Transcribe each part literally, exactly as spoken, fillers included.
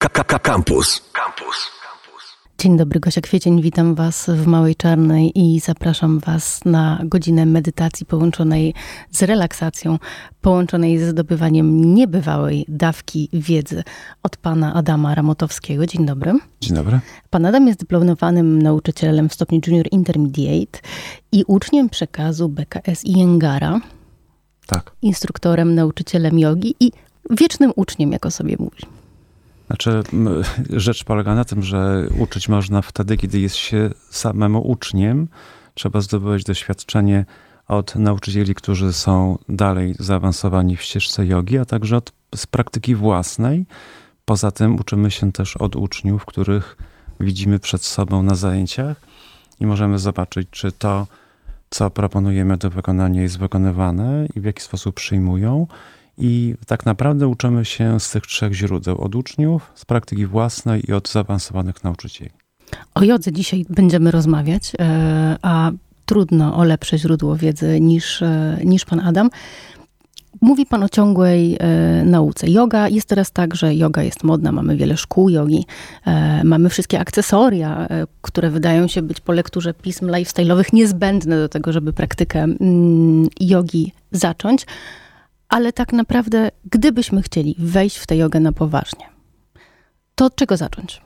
Campus. Campus. Dzień dobry, Gosia Kwiecień, witam Was w Małej Czarnej i zapraszam Was na godzinę medytacji połączonej z relaksacją, połączonej ze zdobywaniem niebywałej dawki wiedzy od pana Adama Ramotowskiego. Dzień dobry. Dzień dobry. Pan Adam jest dyplomowanym nauczycielem w stopniu Junior Intermediate i uczniem przekazu B K S Iyengara. Tak. Instruktorem, nauczycielem jogi i wiecznym uczniem, jak o sobie mówi. Znaczy, rzecz polega na tym, że uczyć można wtedy, kiedy jest się samemu uczniem. Trzeba zdobywać doświadczenie od nauczycieli, którzy są dalej zaawansowani w ścieżce jogi, a także od, z praktyki własnej. Poza tym uczymy się też od uczniów, których widzimy przed sobą na zajęciach i możemy zobaczyć, czy to, co proponujemy do wykonania, jest wykonywane i w jaki sposób przyjmują. I tak naprawdę uczymy się z tych trzech źródeł. Od uczniów, z praktyki własnej i od zaawansowanych nauczycieli. O jodze dzisiaj będziemy rozmawiać, a trudno o lepsze źródło wiedzy niż, niż pan Adam. Mówi pan o ciągłej nauce. Joga jest teraz tak, że joga jest modna. Mamy wiele szkół jogi. Mamy wszystkie akcesoria, które wydają się być po lekturze pism lifestyle'owych niezbędne do tego, żeby praktykę jogi zacząć. Ale tak naprawdę, gdybyśmy chcieli wejść w tę jogę na poważnie, to od czego zacząć?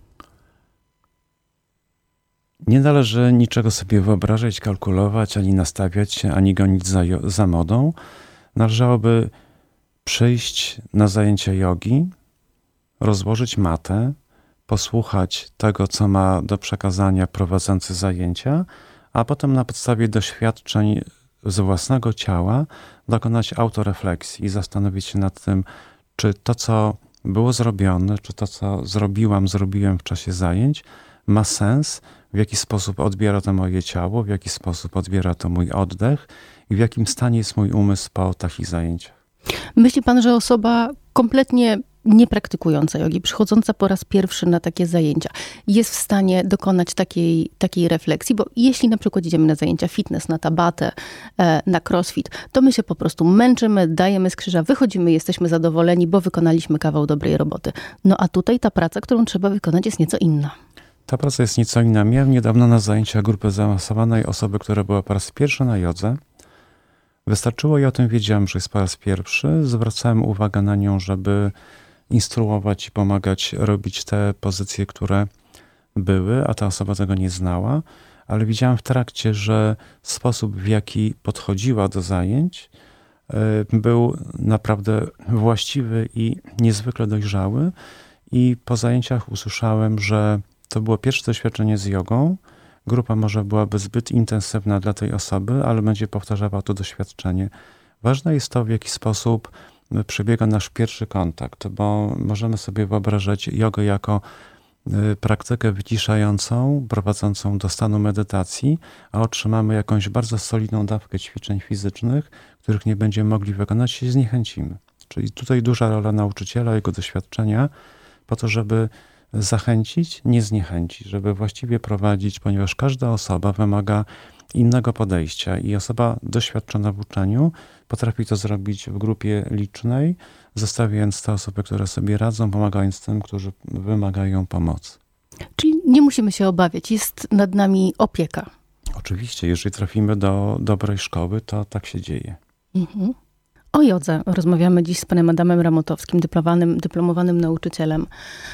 Nie należy niczego sobie wyobrażać, kalkulować, ani nastawiać się, ani gonić za, za modą. Należałoby przyjść na zajęcia jogi, rozłożyć matę, posłuchać tego, co ma do przekazania prowadzący zajęcia, a potem na podstawie doświadczeń z własnego ciała dokonać autorefleksji i zastanowić się nad tym, czy to, co było zrobione, czy to, co zrobiłam, zrobiłem w czasie zajęć, ma sens, w jaki sposób odbiera to moje ciało, w jaki sposób odbiera to mój oddech i w jakim stanie jest mój umysł po takich zajęciach. Myśli pan, że osoba kompletnie niepraktykująca jogi, przychodząca po raz pierwszy na takie zajęcia, jest w stanie dokonać takiej, takiej refleksji? Bo jeśli na przykład idziemy na zajęcia fitness, na tabatę, na crossfit, to my się po prostu męczymy, dajemy z krzyża, wychodzimy, jesteśmy zadowoleni, bo wykonaliśmy kawał dobrej roboty. No a tutaj ta praca, którą trzeba wykonać, jest nieco inna. Ta praca jest nieco inna. Miałem niedawno na zajęciach grupy zaawansowanej osoby, która była po raz pierwszy na jodze. Wystarczyło, ja o tym wiedziałem, że jest po raz pierwszy. Zwracałem uwagę na nią, żeby instruować i pomagać robić te pozycje, które były, a ta osoba tego nie znała, ale widziałem w trakcie, że sposób, w jaki podchodziła do zajęć, był naprawdę właściwy i niezwykle dojrzały. I po zajęciach usłyszałem, że to było pierwsze doświadczenie z jogą. Grupa może byłaby zbyt intensywna dla tej osoby, ale będzie powtarzała to doświadczenie. Ważne jest to, w jaki sposób przebiega nasz pierwszy kontakt, bo możemy sobie wyobrażać jogę jako praktykę wyciszającą, prowadzącą do stanu medytacji, a otrzymamy jakąś bardzo solidną dawkę ćwiczeń fizycznych, których nie będziemy mogli wykonać, się zniechęcimy. Czyli tutaj duża rola nauczyciela, jego doświadczenia, po to, żeby zachęcić, nie zniechęcić, żeby właściwie prowadzić, ponieważ każda osoba wymaga innego podejścia i osoba doświadczona w uczeniu potrafi to zrobić w grupie licznej, zostawiając te osoby, które sobie radzą, pomagając tym, którzy wymagają pomocy. Czyli nie musimy się obawiać, jest nad nami opieka. Oczywiście, jeżeli trafimy do dobrej szkoły, to tak się dzieje. Mhm. O jodze rozmawiamy dziś z panem Adamem Ramotowskim, dyplomowanym, dyplomowanym nauczycielem,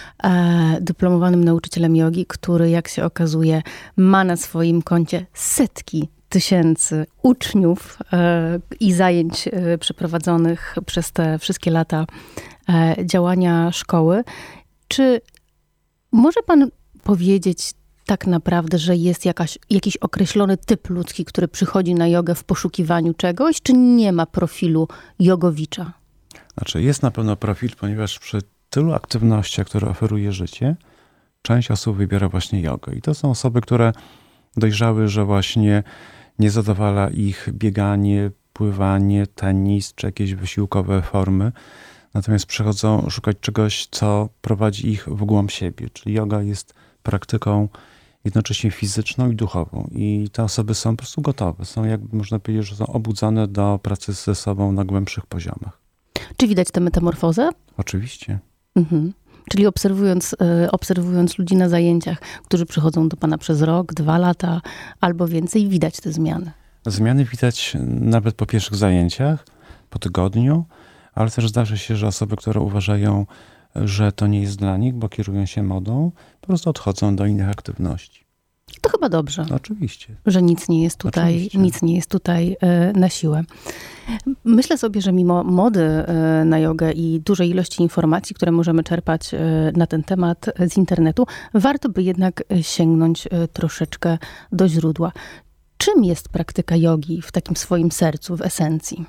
e, dyplomowanym nauczycielem jogi, który, jak się okazuje, ma na swoim koncie setki tysięcy uczniów e, i zajęć e, przeprowadzonych przez te wszystkie lata e, działania szkoły. Czy może pan powiedzieć tak naprawdę, że jest jakaś, jakiś określony typ ludzki, który przychodzi na jogę w poszukiwaniu czegoś, czy nie ma profilu jogowicza? Znaczy jest na pewno profil, ponieważ przy tylu aktywnościach, które oferuje życie, część osób wybiera właśnie jogę. I to są osoby, które dojrzały, że właśnie nie zadowala ich bieganie, pływanie, tenis czy jakieś wysiłkowe formy. Natomiast przychodzą szukać czegoś, co prowadzi ich w głąb siebie. Czyli joga jest praktyką jednocześnie fizyczną i duchową. I te osoby są po prostu gotowe. Są, jakby można powiedzieć, że są obudzone do pracy ze sobą na głębszych poziomach. Czy widać tę metamorfozę? Oczywiście. Mhm. Czyli obserwując, obserwując ludzi na zajęciach, którzy przychodzą do pana przez rok, dwa lata albo więcej, widać te zmiany. Zmiany widać nawet po pierwszych zajęciach, po tygodniu, ale też zdarza się, że osoby, które uważają, że to nie jest dla nich, bo kierują się modą, po prostu odchodzą do innych aktywności. To chyba dobrze. No, oczywiście. Że nic nie jest tutaj, Oczywiście. nic nie jest tutaj e, na siłę. Myślę sobie, że mimo mody e, na jogę i dużej ilości informacji, które możemy czerpać e, na ten temat z internetu, warto by jednak sięgnąć e, troszeczkę do źródła. Czym jest praktyka jogi w takim swoim sercu, w esencji?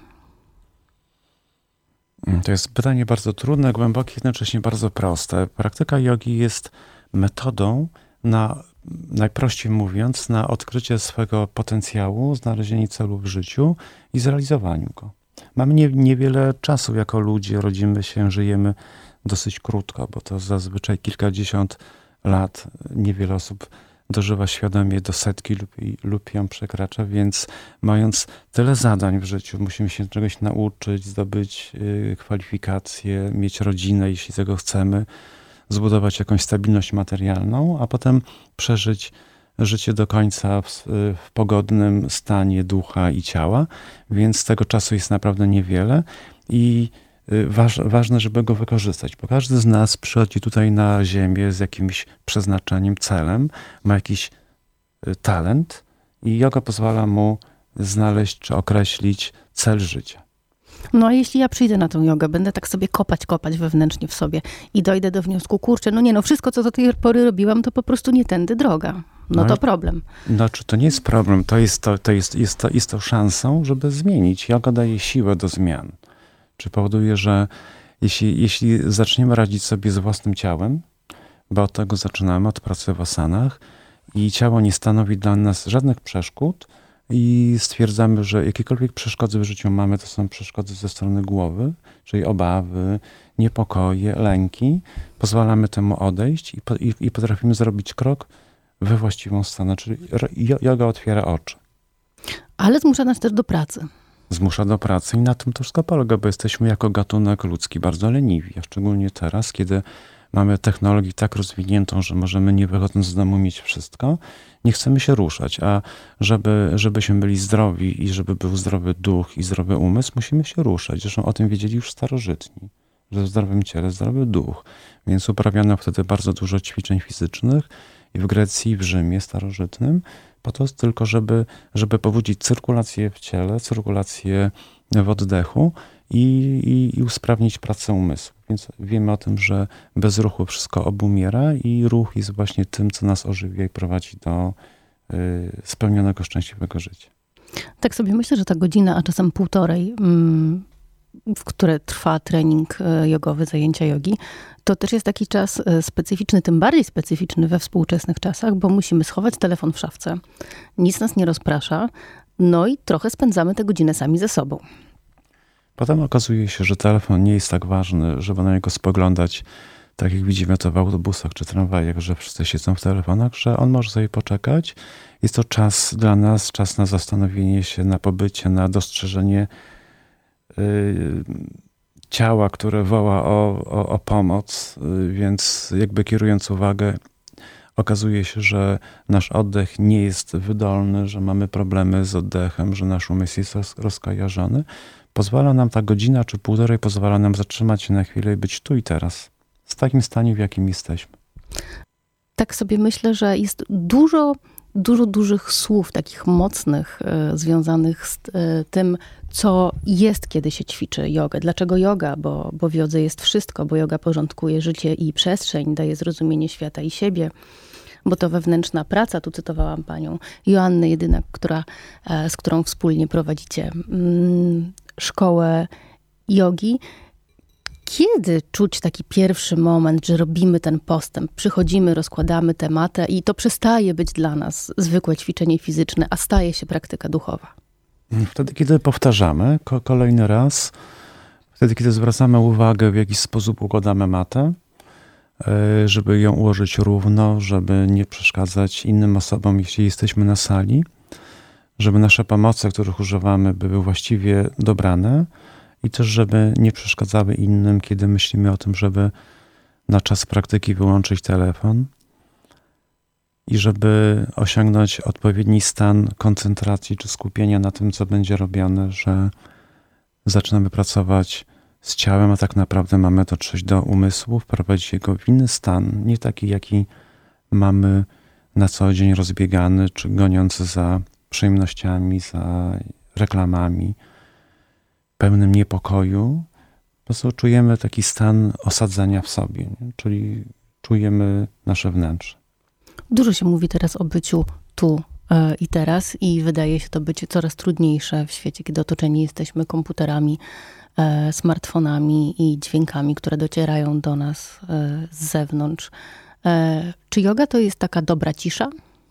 To jest pytanie bardzo trudne, głębokie, jednocześnie bardzo proste. Praktyka jogi jest metodą na, najprościej mówiąc, na odkrycie swego potencjału, znalezienie celu w życiu i zrealizowaniu go. Mamy nie, niewiele czasu jako ludzie, rodzimy się, żyjemy dosyć krótko, bo to zazwyczaj kilkadziesiąt lat. Niewiele osób dożywa świadomie do setki lub, lub ją przekracza, więc mając tyle zadań w życiu, musimy się czegoś nauczyć, zdobyć y, kwalifikacje, mieć rodzinę, jeśli tego chcemy, zbudować jakąś stabilność materialną, a potem przeżyć życie do końca w, w pogodnym stanie ducha i ciała, więc tego czasu jest naprawdę niewiele i Waż, ważne, żeby go wykorzystać, bo każdy z nas przychodzi tutaj na ziemię z jakimś przeznaczeniem, celem, ma jakiś talent i joga pozwala mu znaleźć czy określić cel życia. No a jeśli ja przyjdę na tą jogę, będę tak sobie kopać, kopać wewnętrznie w sobie i dojdę do wniosku, kurczę, no nie, no wszystko, co do tej pory robiłam, to po prostu nie tędy droga. No, no to problem. Znaczy, to nie jest problem, to jest to, to jest, jest to, jest to szansą, żeby zmienić. Joga daje siłę do zmian. Czy powoduje, że jeśli, jeśli zaczniemy radzić sobie z własnym ciałem, bo od tego zaczynamy, od pracy w asanach i ciało nie stanowi dla nas żadnych przeszkód i stwierdzamy, że jakiekolwiek przeszkody w życiu mamy, to są przeszkody ze strony głowy, czyli obawy, niepokoje, lęki, pozwalamy temu odejść i, po, i, i potrafimy zrobić krok we właściwą stronę, czyli joga otwiera oczy. Ale zmusza nas też do pracy. Zmusza do pracy i na tym to wszystko polega, bo jesteśmy jako gatunek ludzki bardzo leniwi, a szczególnie teraz, kiedy mamy technologię tak rozwiniętą, że możemy nie wychodząc z domu mieć wszystko, nie chcemy się ruszać, a żeby, żebyśmy byli zdrowi i żeby był zdrowy duch i zdrowy umysł, musimy się ruszać. Zresztą o tym wiedzieli już starożytni, że w zdrowym ciele zdrowy duch, więc uprawiano wtedy bardzo dużo ćwiczeń fizycznych i w Grecji, i w Rzymie starożytnym, po to tylko, żeby, żeby pobudzić cyrkulację w ciele, cyrkulację w oddechu i, i, i usprawnić pracę umysłu. Więc wiemy o tym, że bez ruchu wszystko obumiera i ruch jest właśnie tym, co nas ożywia i prowadzi do y, spełnionego, szczęśliwego życia. Tak sobie myślę, że ta godzina, a czasem półtorej, mm, w które trwa trening jogowy, zajęcia jogi, to też jest taki czas specyficzny, tym bardziej specyficzny we współczesnych czasach, bo musimy schować telefon w szafce. Nic nas nie rozprasza, no i trochę spędzamy tę godzinę sami ze sobą. Potem okazuje się, że telefon nie jest tak ważny, żeby na niego spoglądać, tak jak widzimy to w autobusach czy tramwajach, że wszyscy siedzą w telefonach, że on może sobie poczekać. Jest to czas dla nas, czas na zastanowienie się, na pobycie, na dostrzeżenie yy, ciała, które woła o, o, o pomoc, yy, więc jakby kierując uwagę, okazuje się, że nasz oddech nie jest wydolny, że mamy problemy z oddechem, że nasz umysł jest roz, rozkojarzony. Pozwala nam ta godzina czy półtorej, pozwala nam zatrzymać się na chwilę i być tu i teraz, w takim stanie, w jakim jesteśmy. Tak sobie myślę, że jest dużo, dużo dużych słów, takich mocnych, y, związanych z y, tym, co jest, kiedy się ćwiczy jogę. Dlaczego joga? Bo, bo w jodze jest wszystko, bo joga porządkuje życie i przestrzeń, daje zrozumienie świata i siebie. Bo to wewnętrzna praca, tu cytowałam panią Joannę Jedynak, która, z którą wspólnie prowadzicie mm, szkołę jogi. Kiedy czuć taki pierwszy moment, że robimy ten postęp, przychodzimy, rozkładamy tę matę i to przestaje być dla nas zwykłe ćwiczenie fizyczne, a staje się praktyka duchowa? Wtedy, kiedy powtarzamy ko- kolejny raz, wtedy, kiedy zwracamy uwagę, w jaki sposób układamy matę, żeby ją ułożyć równo, żeby nie przeszkadzać innym osobom, jeśli jesteśmy na sali, żeby nasze pomoce, których używamy, były właściwie dobrane i też, żeby nie przeszkadzały innym, kiedy myślimy o tym, żeby na czas praktyki wyłączyć telefon i żeby osiągnąć odpowiedni stan koncentracji czy skupienia na tym, co będzie robione, że zaczynamy pracować z ciałem, a tak naprawdę mamy dotrzeć do umysłu, wprowadzić jego w inny stan, nie taki, jaki mamy na co dzień rozbiegany, czy goniący za przyjemnościami, za reklamami, pełnym niepokoju. Po prostu czujemy taki stan osadzenia w sobie, nie? Czyli czujemy nasze wnętrze. Dużo się mówi teraz o byciu tu i teraz i wydaje się to być coraz trudniejsze w świecie, kiedy otoczeni jesteśmy komputerami, smartfonami i dźwiękami, które docierają do nas z zewnątrz. Czy joga to jest taka dobra cisza?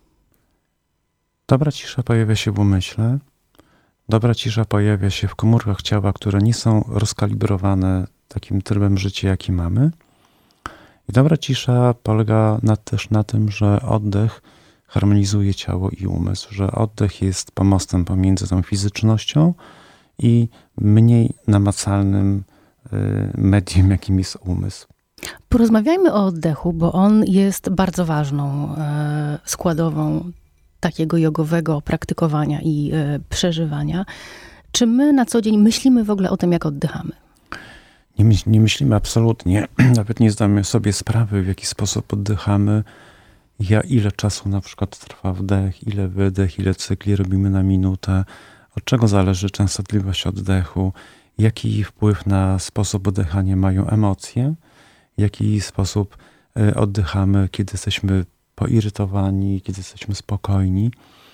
Dobra cisza pojawia się w umyśle. Dobra cisza pojawia się w komórkach ciała, które nie są rozkalibrowane takim trybem życia, jaki mamy. I dobra cisza polega na, też na tym, że oddech harmonizuje ciało i umysł, że oddech jest pomostem pomiędzy tą fizycznością i mniej namacalnym medium, jakim jest umysł. Porozmawiajmy o oddechu, bo on jest bardzo ważną składową takiego jogowego praktykowania i przeżywania. Czy my na co dzień myślimy w ogóle o tym, jak oddychamy? Nie, myśl, nie myślimy absolutnie. Nawet nie zdamy sobie sprawy, w jaki sposób oddychamy. Ja, ile czasu na przykład trwa wdech, ile wydech, ile cykli robimy na minutę. Od czego zależy częstotliwość oddechu? Jaki wpływ na sposób oddychania mają emocje? W jaki sposób oddychamy, kiedy jesteśmy poirytowani, kiedy jesteśmy spokojni.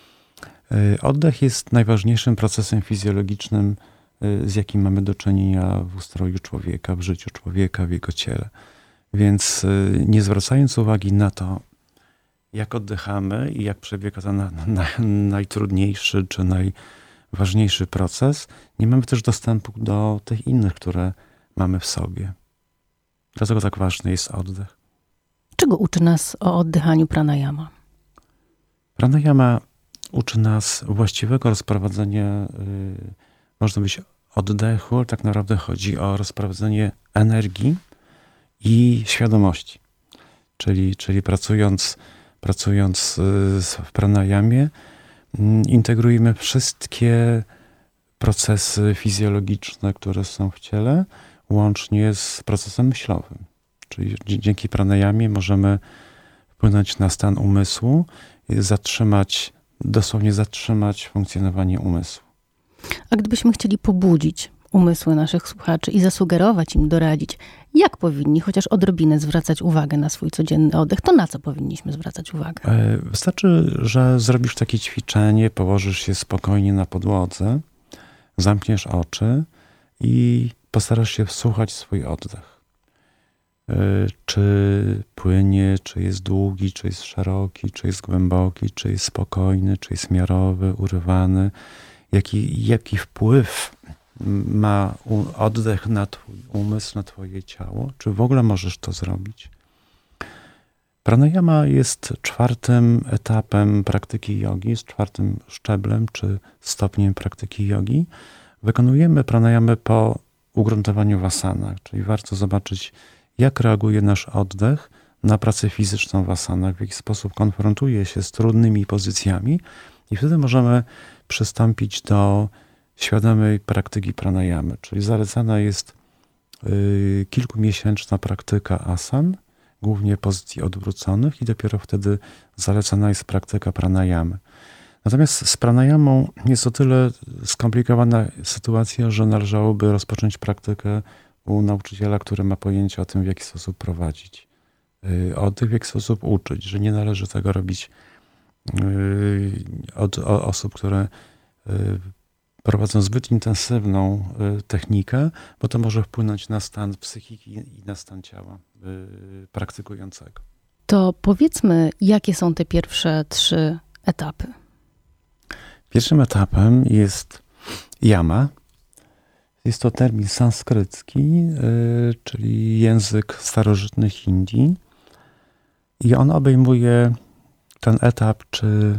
Oddech jest najważniejszym procesem fizjologicznym, z jakim mamy do czynienia w ustroju człowieka, w życiu człowieka, w jego ciele. Więc nie zwracając uwagi na to, jak oddychamy i jak przebiega ten na, na, najtrudniejszy czy najważniejszy proces, nie mamy też dostępu do tych innych, które mamy w sobie. Dlatego tak ważny jest oddech. Czego uczy nas o oddychaniu pranayama? Pranayama uczy nas właściwego rozprowadzenia, yy, można powiedzieć, oddechu, ale tak naprawdę chodzi o rozprowadzenie energii i świadomości. Czyli, czyli pracując, pracując w pranayamie, integrujemy wszystkie procesy fizjologiczne, które są w ciele, łącznie z procesem myślowym. Czyli dzięki pranayamie możemy wpłynąć na stan umysłu i zatrzymać, dosłownie zatrzymać funkcjonowanie umysłu. A gdybyśmy chcieli pobudzić umysły naszych słuchaczy i zasugerować im, doradzić, jak powinni chociaż odrobinę zwracać uwagę na swój codzienny oddech, to na co powinniśmy zwracać uwagę? Wystarczy, że zrobisz takie ćwiczenie, położysz się spokojnie na podłodze, zamkniesz oczy i postarasz się wsłuchać swój oddech. Czy płynie, czy jest długi, czy jest szeroki, czy jest głęboki, czy jest spokojny, czy jest miarowy, urywany. Jaki, jaki wpływ ma oddech na twój umysł, na twoje ciało? Czy w ogóle możesz to zrobić? Pranayama jest czwartym etapem praktyki jogi, jest czwartym szczeblem czy stopniem praktyki jogi. Wykonujemy pranayamę po ugruntowaniu w asanach, czyli warto zobaczyć, jak reaguje nasz oddech na pracę fizyczną w asanach, w jaki sposób konfrontuje się z trudnymi pozycjami i wtedy możemy przystąpić do świadomej praktyki pranayamy, czyli zalecana jest y, kilkumiesięczna praktyka asan, głównie pozycji odwróconych i dopiero wtedy zalecana jest praktyka pranayamy. Natomiast z pranayamą jest o tyle skomplikowana sytuacja, że należałoby rozpocząć praktykę u nauczyciela, który ma pojęcie o tym, w jaki sposób prowadzić oddech, w jaki sposób uczyć, że nie należy tego robić od osób, które prowadzą zbyt intensywną technikę, bo to może wpłynąć na stan psychiki i na stan ciała praktykującego. To powiedzmy, jakie są te pierwsze trzy etapy? Pierwszym etapem jest yama. Jest to termin sanskrycki, czyli język starożytnych Indii. I on obejmuje ten etap, czy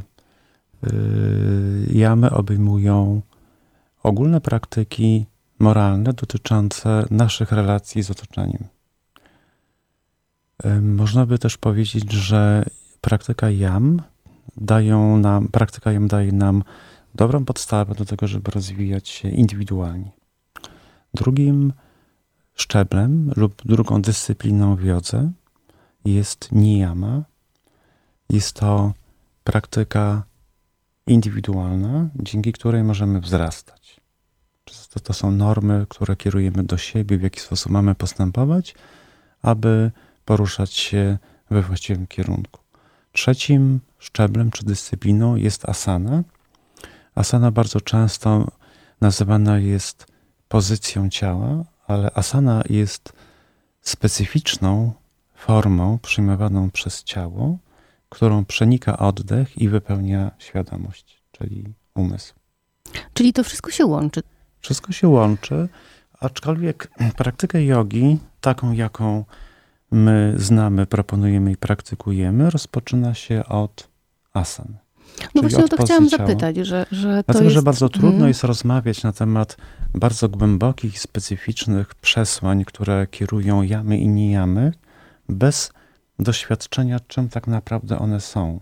jamy obejmują ogólne praktyki moralne dotyczące naszych relacji z otoczeniem. Można by też powiedzieć, że praktyka jam dają nam, praktyka jam daje nam dobrą podstawę do tego, żeby rozwijać się indywidualnie. Drugim szczeblem lub drugą dyscypliną w jodze jest niyama. Jest to praktyka indywidualna, dzięki której możemy wzrastać. To, to są normy, które kierujemy do siebie, w jaki sposób mamy postępować, aby poruszać się we właściwym kierunku. Trzecim szczeblem czy dyscypliną jest asana. Asana bardzo często nazywana jest pozycją ciała, ale asana jest specyficzną formą przyjmowaną przez ciało, którą przenika oddech i wypełnia świadomość, czyli umysł. Czyli to wszystko się łączy. Wszystko się łączy, aczkolwiek praktykę jogi, taką jaką my znamy, proponujemy i praktykujemy, rozpoczyna się od asan. No właśnie o to chciałam ciała. zapytać, że, że to Dlatego, jest... że bardzo trudno hmm. jest rozmawiać na temat bardzo głębokich i specyficznych przesłań, które kierują jamy i nijamy, bez doświadczenia, czym tak naprawdę one są.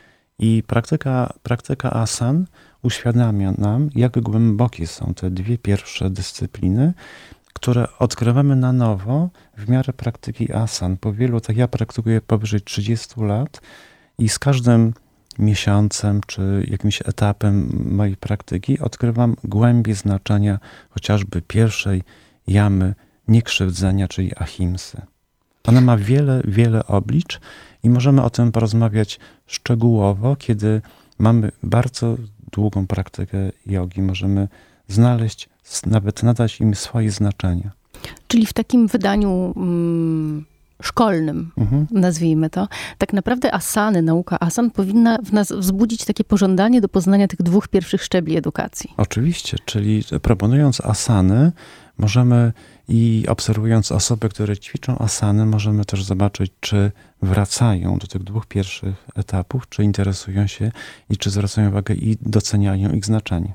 I praktyka, praktyka asan uświadamia nam, jak głębokie są te dwie pierwsze dyscypliny, które odkrywamy na nowo w miarę praktyki asan. Po wielu, tak ja praktykuję powyżej trzydziestu lat i z każdym miesiącem czy jakimś etapem mojej praktyki odkrywam głębię znaczenia chociażby pierwszej jamy niekrzywdzenia, czyli ahimsy. Ona ma wiele, wiele oblicz i możemy o tym porozmawiać szczegółowo, kiedy mamy bardzo długą praktykę jogi. Możemy znaleźć, nawet nadać im swoje znaczenie. Czyli w takim wydaniu mm, szkolnym, mhm. nazwijmy to, tak naprawdę asany, nauka asan powinna w nas wzbudzić takie pożądanie do poznania tych dwóch pierwszych szczebli edukacji. Oczywiście, czyli proponując asany, możemy i obserwując osoby, które ćwiczą asany, możemy też zobaczyć, czy wracają do tych dwóch pierwszych etapów, czy interesują się i czy zwracają uwagę i doceniają ich znaczenie.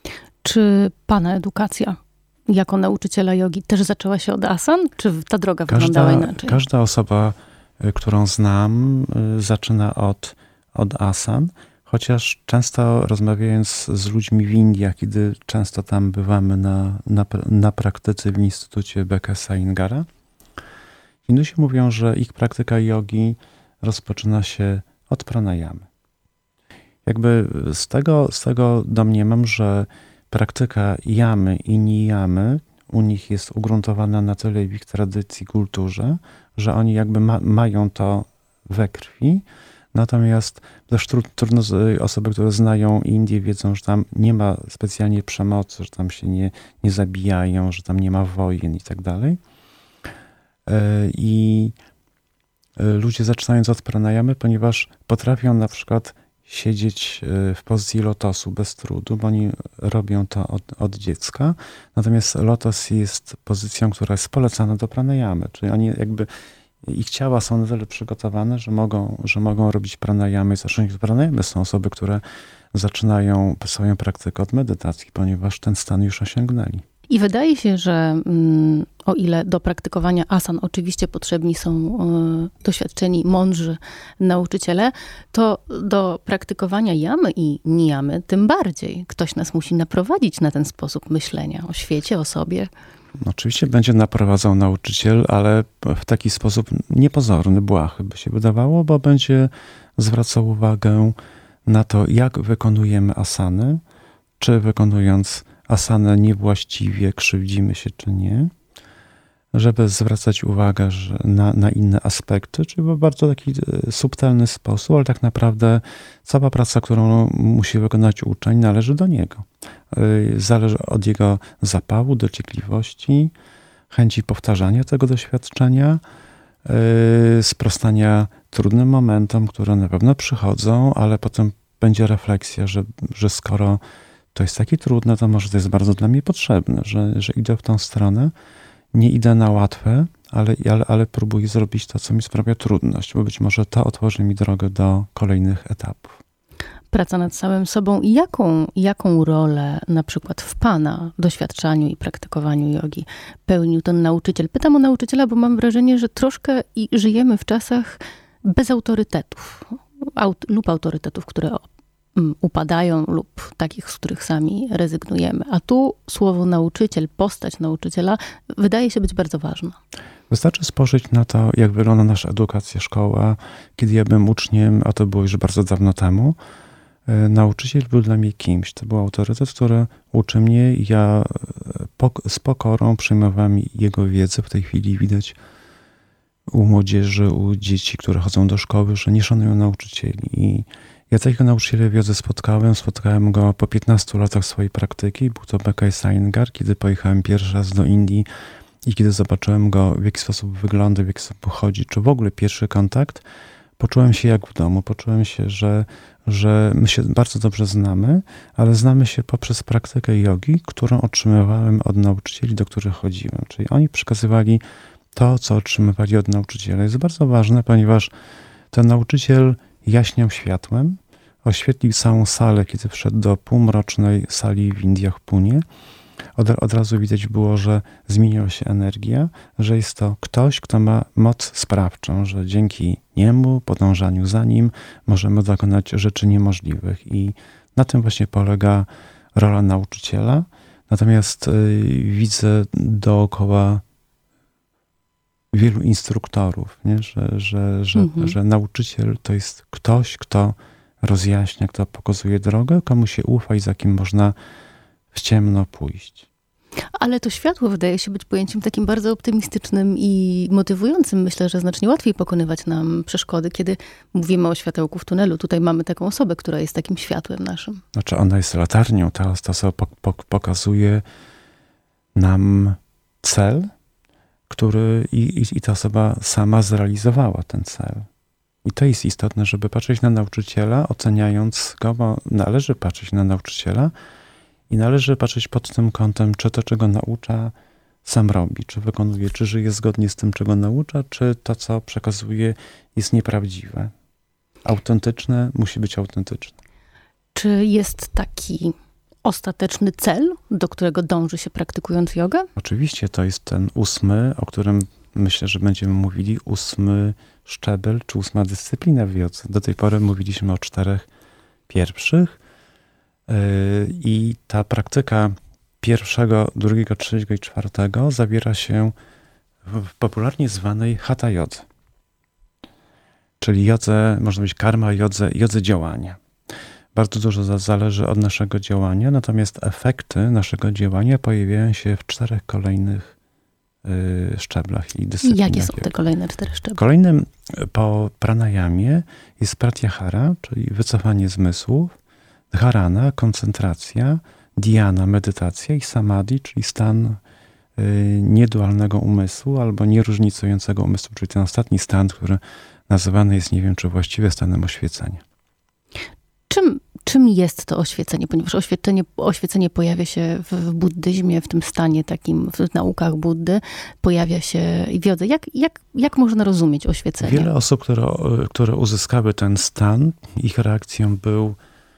Czy pana edukacja jako nauczyciela jogi też zaczęła się od asan, czy ta droga każda, wyglądała inaczej? Każda osoba, którą znam, zaczyna od, od asan, chociaż często rozmawiając z ludźmi w Indiach, kiedy często tam bywamy na, na, na praktyce w Instytucie Bekesa Ingara, Hindusi mówią, że ich praktyka jogi rozpoczyna się od pranayamy. Jakby z tego, z tego domniemam, że praktyka jamy i niyamy u nich jest ugruntowana na tyle w ich tradycji, kulturze, że oni jakby ma, mają to we krwi. Natomiast też trudno, osoby, które znają Indię, wiedzą, że tam nie ma specjalnie przemocy, że tam się nie, nie zabijają, że tam nie ma wojen i tak dalej. I ludzie zaczynając od pranayamy, ponieważ potrafią na przykład siedzieć w pozycji lotosu bez trudu, bo oni robią to od, od dziecka. Natomiast lotos jest pozycją, która jest polecana do pranayamy, czyli oni jakby ich ciała są na tyle przygotowane, że mogą, że mogą robić pranayamy. Zresztą pranayamy są osoby, które zaczynają swoją praktykę od medytacji, ponieważ ten stan już osiągnęli. I wydaje się, że mm, o ile do praktykowania asan oczywiście potrzebni są y, doświadczeni, mądrzy nauczyciele, to do praktykowania jamy i niyamy tym bardziej. Ktoś nas musi naprowadzić na ten sposób myślenia o świecie, o sobie. Oczywiście będzie naprowadzał nauczyciel, ale w taki sposób niepozorny, błahy by się wydawało, bo będzie zwracał uwagę na to, jak wykonujemy asany, czy wykonując asanę niewłaściwie krzywdzimy się, czy nie, żeby zwracać uwagę że na, na inne aspekty, czyli w bardzo taki subtelny sposób, ale tak naprawdę cała praca, którą musi wykonać uczeń, należy do niego. Zależy od jego zapału, dociekliwości, chęci powtarzania tego doświadczenia, sprostania trudnym momentom, które na pewno przychodzą, ale potem będzie refleksja, że, że skoro to jest takie trudne, to może to jest bardzo dla mnie potrzebne, że, że idę w tą stronę, nie idę na łatwe, ale, ale, ale próbuję zrobić to, co mi sprawia trudność, bo być może to otworzy mi drogę do kolejnych etapów. praca nad samym sobą. I jaką, jaką rolę na przykład w pana doświadczaniu i praktykowaniu jogi pełnił ten nauczyciel? Pytam o nauczyciela, bo mam wrażenie, że troszkę i żyjemy w czasach bez autorytetów aut, lub autorytetów, które um, upadają lub takich, z których sami rezygnujemy. A tu słowo nauczyciel, postać nauczyciela wydaje się być bardzo ważna. Wystarczy spojrzeć na to, jak wygląda nasza edukacja, szkoła. Kiedy ja byłem uczniem, a to było już bardzo dawno temu, nauczyciel był dla mnie kimś. To był autorytet, który uczy mnie. Ja z pokorą przyjmowałem jego wiedzę. W tej chwili widać u młodzieży, u dzieci, które chodzą do szkoły, że nie szanują nauczycieli. I ja takiego nauczyciela w jodze spotkałem. Spotkałem go po piętnastu latach swojej praktyki. Był to B K Iyengar, kiedy pojechałem pierwszy raz do Indii i kiedy zobaczyłem go, w jaki sposób wygląda, w jaki sposób chodzi, czy w ogóle pierwszy kontakt, poczułem się jak w domu. Poczułem się, że, że my się bardzo dobrze znamy, ale znamy się poprzez praktykę jogi, którą otrzymywałem od nauczycieli, do których chodziłem. Czyli oni przekazywali to, co otrzymywali od nauczyciela. Jest bardzo ważne, ponieważ ten nauczyciel jaśniał światłem, oświetlił całą salę, kiedy wszedł do półmrocznej sali w Indiach, Punie. Od, od razu widać było, że zmieniła się energia, że jest to ktoś, kto ma moc sprawczą, że dzięki niemu, podążaniu za nim, możemy dokonać rzeczy niemożliwych. I na tym właśnie polega rola nauczyciela. Natomiast y, widzę dookoła wielu instruktorów, nie? Że, że, że, mhm. że nauczyciel to jest ktoś, kto rozjaśnia, kto pokazuje drogę, komu się ufa i za kim można w ciemno pójść. Ale to światło wydaje się być pojęciem takim bardzo optymistycznym i motywującym. Myślę, że znacznie łatwiej pokonywać nam przeszkody, kiedy mówimy o światełku w tunelu. Tutaj mamy taką osobę, która jest takim światłem naszym. Znaczy ona jest latarnią. Ta, ta osoba pokazuje nam cel, który i, i, i ta osoba sama zrealizowała ten cel. I to jest istotne, żeby patrzeć na nauczyciela, oceniając go, bo należy patrzeć na nauczyciela i należy patrzeć pod tym kątem, czy to, czego naucza, sam robi, czy wykonuje, czy żyje zgodnie z tym, czego naucza, czy to, co przekazuje, jest nieprawdziwe. Autentyczne musi być autentyczne. Czy jest taki ostateczny cel, do którego dąży się praktykując jogę? Oczywiście, to jest ten ósmy, o którym myślę, że będziemy mówili, ósmy szczebel, czy ósma dyscyplina w jodze. Do tej pory mówiliśmy o czterech pierwszych yy, i ta praktyka pierwszego, drugiego, trzeciego i czwartego zawiera się w popularnie zwanej hatha jodze. Czyli jodze, można być karma jodze, jodze działania. Bardzo dużo zależy od naszego działania, natomiast efekty naszego działania pojawiają się w czterech kolejnych y, szczeblach i dyscyplinach. Jakie są te kolejne cztery szczeble? Kolejnym po pranayamie jest pratyahara, czyli wycofanie zmysłów, dharana, koncentracja, dhyana, medytacja i samadhi, czyli stan y, niedualnego umysłu albo nieróżnicującego umysłu, czyli ten ostatni stan, który nazywany jest, nie wiem czy właściwie, stanem oświecenia. Czym, czym jest to oświecenie? Ponieważ oświecenie, oświecenie pojawia się w, w buddyzmie, w tym stanie takim, w naukach Buddy, pojawia się i w jodze. Jak, jak, jak można rozumieć oświecenie? Wiele osób, które, które uzyskały ten stan, ich reakcją był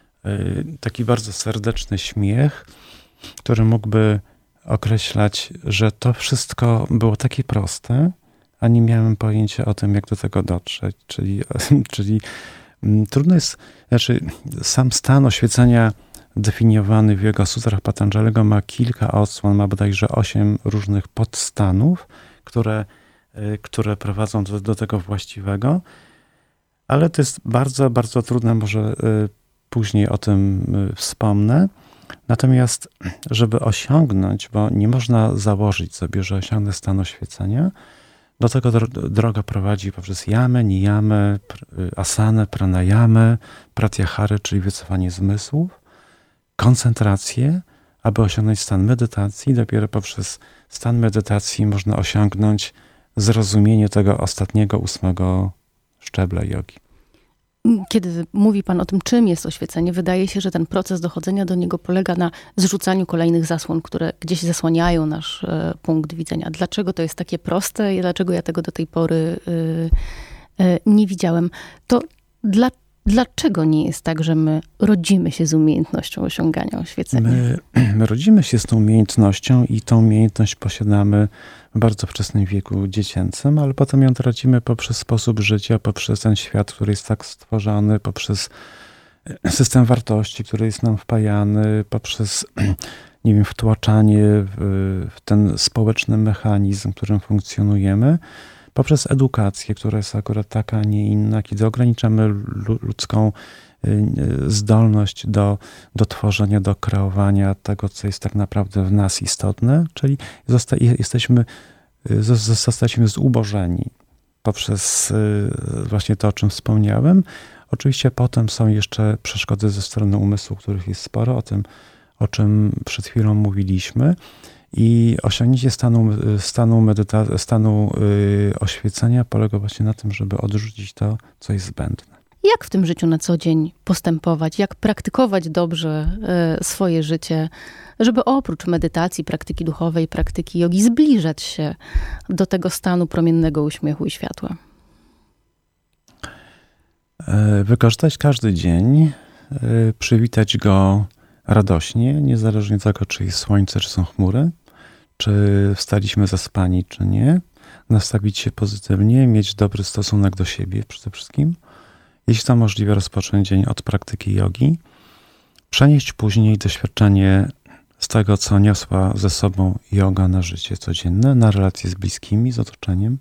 taki bardzo serdeczny śmiech, który mógłby określać, że to wszystko było takie proste, a nie miałem pojęcia o tym, jak do tego dotrzeć. Czyli, czyli trudno jest, znaczy sam stan oświecenia definiowany w Yoga Sutrach Patanjaliego ma kilka odsłon, ma bodajże osiem różnych podstanów, które, które prowadzą do, do tego właściwego, ale to jest bardzo, bardzo trudne, może później o tym wspomnę. Natomiast, żeby osiągnąć, bo nie można założyć sobie, że osiągnę stan oświecenia, do tego droga prowadzi poprzez jamę, niyamę, asanę, pranayamę, pratyahary, czyli wycofanie zmysłów, koncentrację, aby osiągnąć stan medytacji. Dopiero poprzez stan medytacji można osiągnąć zrozumienie tego ostatniego, ósmego szczebla jogi. Kiedy mówi pan o tym, czym jest oświecenie, wydaje się, że ten proces dochodzenia do niego polega na zrzucaniu kolejnych zasłon, które gdzieś zasłaniają nasz e, punkt widzenia. Dlaczego to jest takie proste i dlaczego ja tego do tej pory e, e, nie widziałem? To dla, Dlaczego nie jest tak, że my rodzimy się z umiejętnością osiągania oświecenia? My, my rodzimy się z tą umiejętnością i tą umiejętność posiadamy w bardzo wczesnym wieku dziecięcym, ale potem ją tracimy poprzez sposób życia, poprzez ten świat, który jest tak stworzony, poprzez system wartości, który jest nam wpajany, poprzez, nie wiem, wtłaczanie w, w ten społeczny mechanizm, w którym funkcjonujemy, poprzez edukację, która jest akurat taka, a nie inna, kiedy ograniczamy ludzką zdolność do, do tworzenia, do kreowania tego, co jest tak naprawdę w nas istotne, czyli zosta- jesteśmy, zostaliśmy zubożeni poprzez właśnie to, o czym wspomniałem. Oczywiście potem są jeszcze przeszkody ze strony umysłu, których jest sporo, o tym, o czym przed chwilą mówiliśmy. I osiągnięcie stanu, stanu, medyta- stanu yy, oświecenia polega właśnie na tym, żeby odrzucić to, co jest zbędne. Jak w tym życiu na co dzień postępować? Jak praktykować dobrze y, swoje życie, żeby oprócz medytacji, praktyki duchowej, praktyki jogi zbliżać się do tego stanu promiennego uśmiechu i światła? Wykorzystać każdy dzień, przywitać go radośnie, niezależnie od tego, czy jest słońce, czy są chmury, czy wstaliśmy zaspani, czy nie. Nastawić się pozytywnie, mieć dobry stosunek do siebie przede wszystkim. Jeśli to możliwe, rozpocząć dzień od praktyki jogi. Przenieść później doświadczenie z tego, co niosła ze sobą joga na życie codzienne, na relacje z bliskimi, z otoczeniem.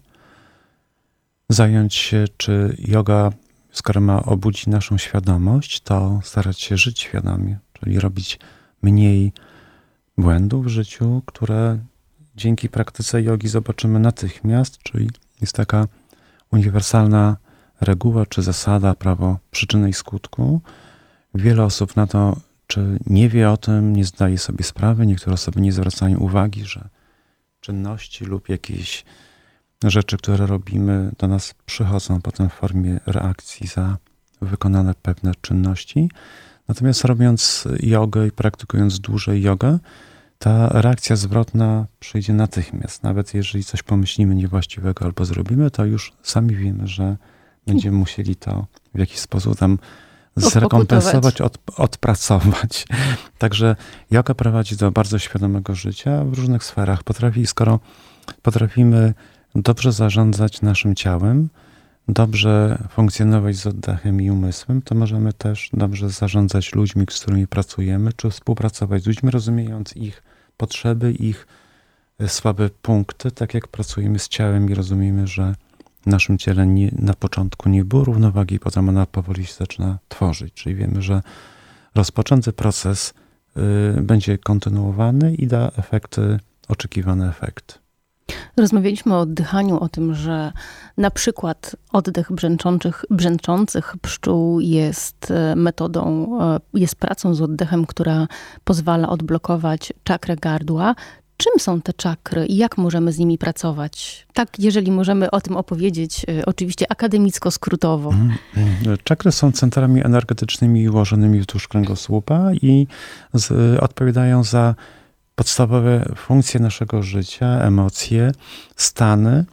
Zająć się, czy joga, skoro ma obudzić naszą świadomość, to starać się żyć świadomie, czyli robić mniej błędów w życiu, które dzięki praktyce jogi zobaczymy natychmiast, czyli jest taka uniwersalna reguła czy zasada, prawo przyczyny i skutku. Wiele osób na to, czy nie wie o tym, nie zdaje sobie sprawy, niektóre osoby nie zwracają uwagi, że czynności lub jakieś rzeczy, które robimy, do nas przychodzą potem w formie reakcji za wykonane pewne czynności. Natomiast robiąc jogę i praktykując dłużej jogę, ta reakcja zwrotna przyjdzie natychmiast. Nawet jeżeli coś pomyślimy niewłaściwego albo zrobimy, to już sami wiemy, że będziemy musieli to w jakiś sposób tam zrekompensować, od, odpracować. Także joga prowadzi do bardzo świadomego życia w różnych sferach. Potrafi, skoro potrafimy dobrze zarządzać naszym ciałem, dobrze funkcjonować z oddechem i umysłem, to możemy też dobrze zarządzać ludźmi, z którymi pracujemy, czy współpracować z ludźmi, rozumiejąc ich potrzeby, ich słabe punkty, tak jak pracujemy z ciałem i rozumiemy, że w naszym ciele nie, na początku nie było równowagi, potem ona powoli się zaczyna tworzyć. Czyli wiemy, że rozpoczęty proces y, będzie kontynuowany i da efekty, oczekiwane efekty. Rozmawialiśmy o oddychaniu, o tym, że na przykład oddech brzęczących, brzęczących pszczół jest metodą, jest pracą z oddechem, która pozwala odblokować czakrę gardła. Czym są te czakry i jak możemy z nimi pracować? Tak, jeżeli możemy o tym opowiedzieć, oczywiście akademicko-skrótowo. Czakry są centrami energetycznymi ułożonymi wzdłuż kręgosłupa i z, odpowiadają za podstawowe funkcje naszego życia, emocje, stany.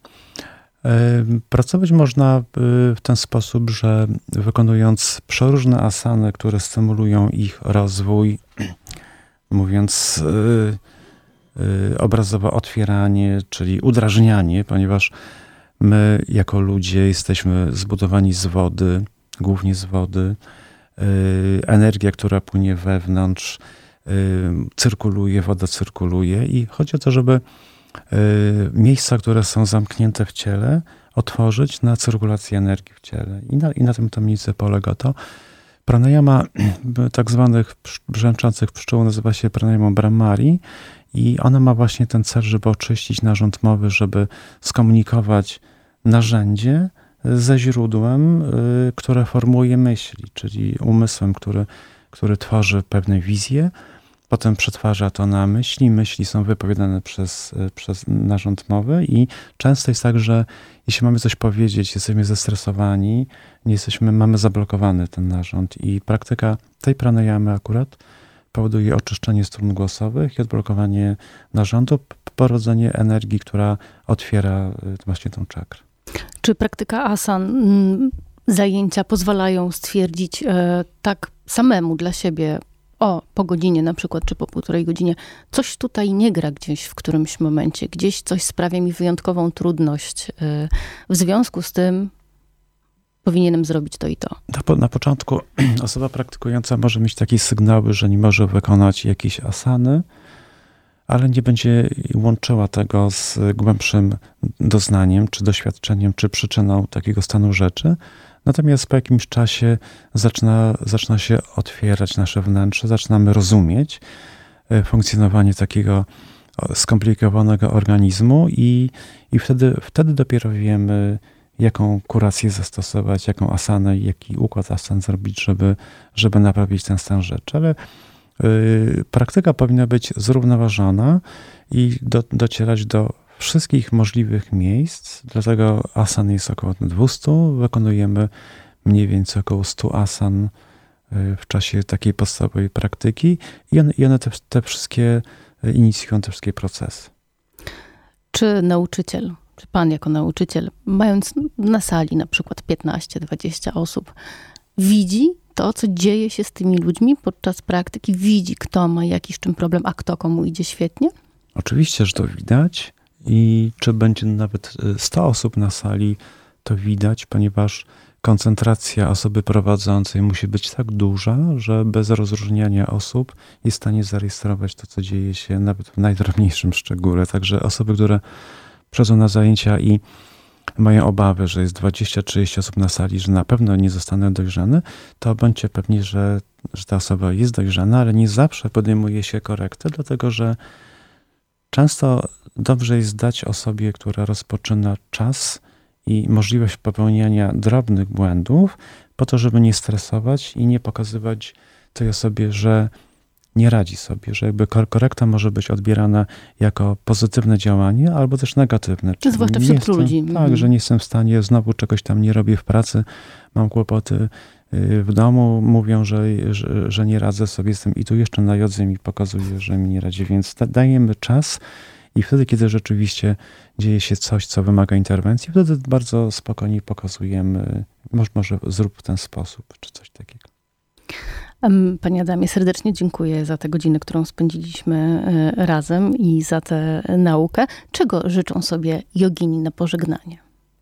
Pracować można w ten sposób, że wykonując przeróżne asany, które stymulują ich rozwój, mówiąc obrazowo otwieranie, czyli udrażnianie, ponieważ my jako ludzie jesteśmy zbudowani z wody, głównie z wody. Energia, która płynie wewnątrz, cyrkuluje, woda cyrkuluje i chodzi o to, żeby miejsca, które są zamknięte w ciele, otworzyć na cyrkulację energii w ciele. I na, i na tym to mniej więcej polega to. Pranayama tak zwanych brzęczących pszczół nazywa się pranayamą Brahmari i ona ma właśnie ten cel, żeby oczyścić narząd mowy, żeby skomunikować narzędzie ze źródłem, które formułuje myśli, czyli umysłem, który, który tworzy pewne wizje, potem przetwarza to na myśli. Myśli są wypowiadane przez, przez narząd mowy i często jest tak, że jeśli mamy coś powiedzieć, jesteśmy zestresowani, nie jesteśmy, mamy zablokowany ten narząd i praktyka tej pranayamy akurat powoduje oczyszczenie strun głosowych i odblokowanie narządu, porodzenie energii, która otwiera właśnie tą czakrę. Czy praktyka asan zajęcia pozwalają stwierdzić e, tak samemu dla siebie, o, po godzinie na przykład, czy po półtorej godzinie, coś tutaj nie gra gdzieś w którymś momencie, gdzieś coś sprawia mi wyjątkową trudność. E, w związku z tym powinienem zrobić to i to. Na, po, na początku osoba praktykująca może mieć takie sygnały, że nie może wykonać jakiejś asany, ale nie będzie łączyła tego z głębszym doznaniem, czy doświadczeniem, czy przyczyną takiego stanu rzeczy. Natomiast po jakimś czasie zaczyna, zaczyna się otwierać nasze wnętrze, zaczynamy rozumieć funkcjonowanie takiego skomplikowanego organizmu i, i wtedy, wtedy dopiero wiemy, jaką kurację zastosować, jaką asanę, jaki układ asan zrobić, żeby, żeby naprawić ten stan rzeczy. Ale yy, praktyka powinna być zrównoważona i do, docierać do wszystkich możliwych miejsc. Dlatego asan jest około dwieście. Wykonujemy mniej więcej około sto asan yy, w czasie takiej podstawowej praktyki i one, i one te, te wszystkie inicjują te wszystkie procesy. Czy nauczyciel, czy pan jako nauczyciel, mając na sali na przykład piętnaście dwadzieścia osób, widzi to, co dzieje się z tymi ludźmi podczas praktyki? Widzi, kto ma jakiś czym problem, a kto komu idzie świetnie? Oczywiście, że to widać i czy będzie nawet sto osób na sali, to widać, ponieważ koncentracja osoby prowadzącej musi być tak duża, że bez rozróżniania osób jest w stanie zarejestrować to, co dzieje się nawet w najdrobniejszym szczególe. Także osoby, które przychodzą na zajęcia i mają obawy, że jest dwadzieścia trzydzieści osób na sali, że na pewno nie zostanę dojrzany, to bądźcie pewni, że, że ta osoba jest dojrzana, ale nie zawsze podejmuje się korektę, dlatego że często dobrze jest dać osobie, która rozpoczyna, czas i możliwość popełniania drobnych błędów, po to, żeby nie stresować i nie pokazywać tej osobie, że nie radzi sobie, że jakby korekta może być odbierana jako pozytywne działanie, albo też negatywne. Czyli zwłaszcza wśród jestem, ludzi. Tak, mhm. że nie jestem w stanie, znowu czegoś tam nie robię w pracy, mam kłopoty w domu, mówią, że, że, że nie radzę sobie, jestem i tu jeszcze na jodze mi pokazuje, że mi nie radzi, więc dajemy czas i wtedy, kiedy rzeczywiście dzieje się coś, co wymaga interwencji, wtedy bardzo spokojnie pokazujemy, może, może zrób w ten sposób, czy coś takiego. Panie Adamie, serdecznie dziękuję za tę godzinę, którą spędziliśmy razem i za tę naukę. Czego życzą sobie jogini na pożegnanie?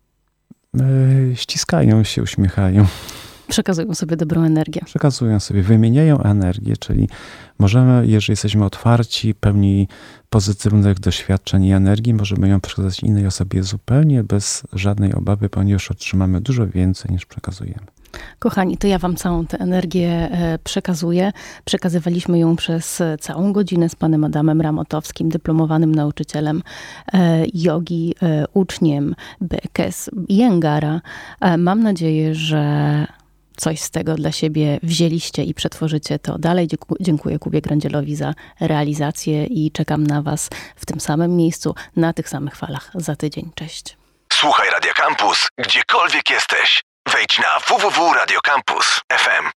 Yy, ściskają się, uśmiechają. Przekazują sobie dobrą energię. Przekazują sobie, wymieniają energię, czyli możemy, jeżeli jesteśmy otwarci, pełni pozytywnych doświadczeń i energii, możemy ją przekazać innej osobie zupełnie bez żadnej obawy, ponieważ otrzymamy dużo więcej niż przekazujemy. Kochani, to ja wam całą tę energię przekazuję. Przekazywaliśmy ją przez całą godzinę z panem Adamem Ramotowskim, dyplomowanym nauczycielem jogi, uczniem B K S Iyengara. Mam nadzieję, że coś z tego dla siebie wzięliście i przetworzycie to dalej. Dziękuję Kubie Grądzielowi za realizację i czekam na was w tym samym miejscu, na tych samych falach za tydzień. Cześć. Słuchaj Radia Campus, gdziekolwiek jesteś. Wejdź na w w w kropka radio campus kropka f m.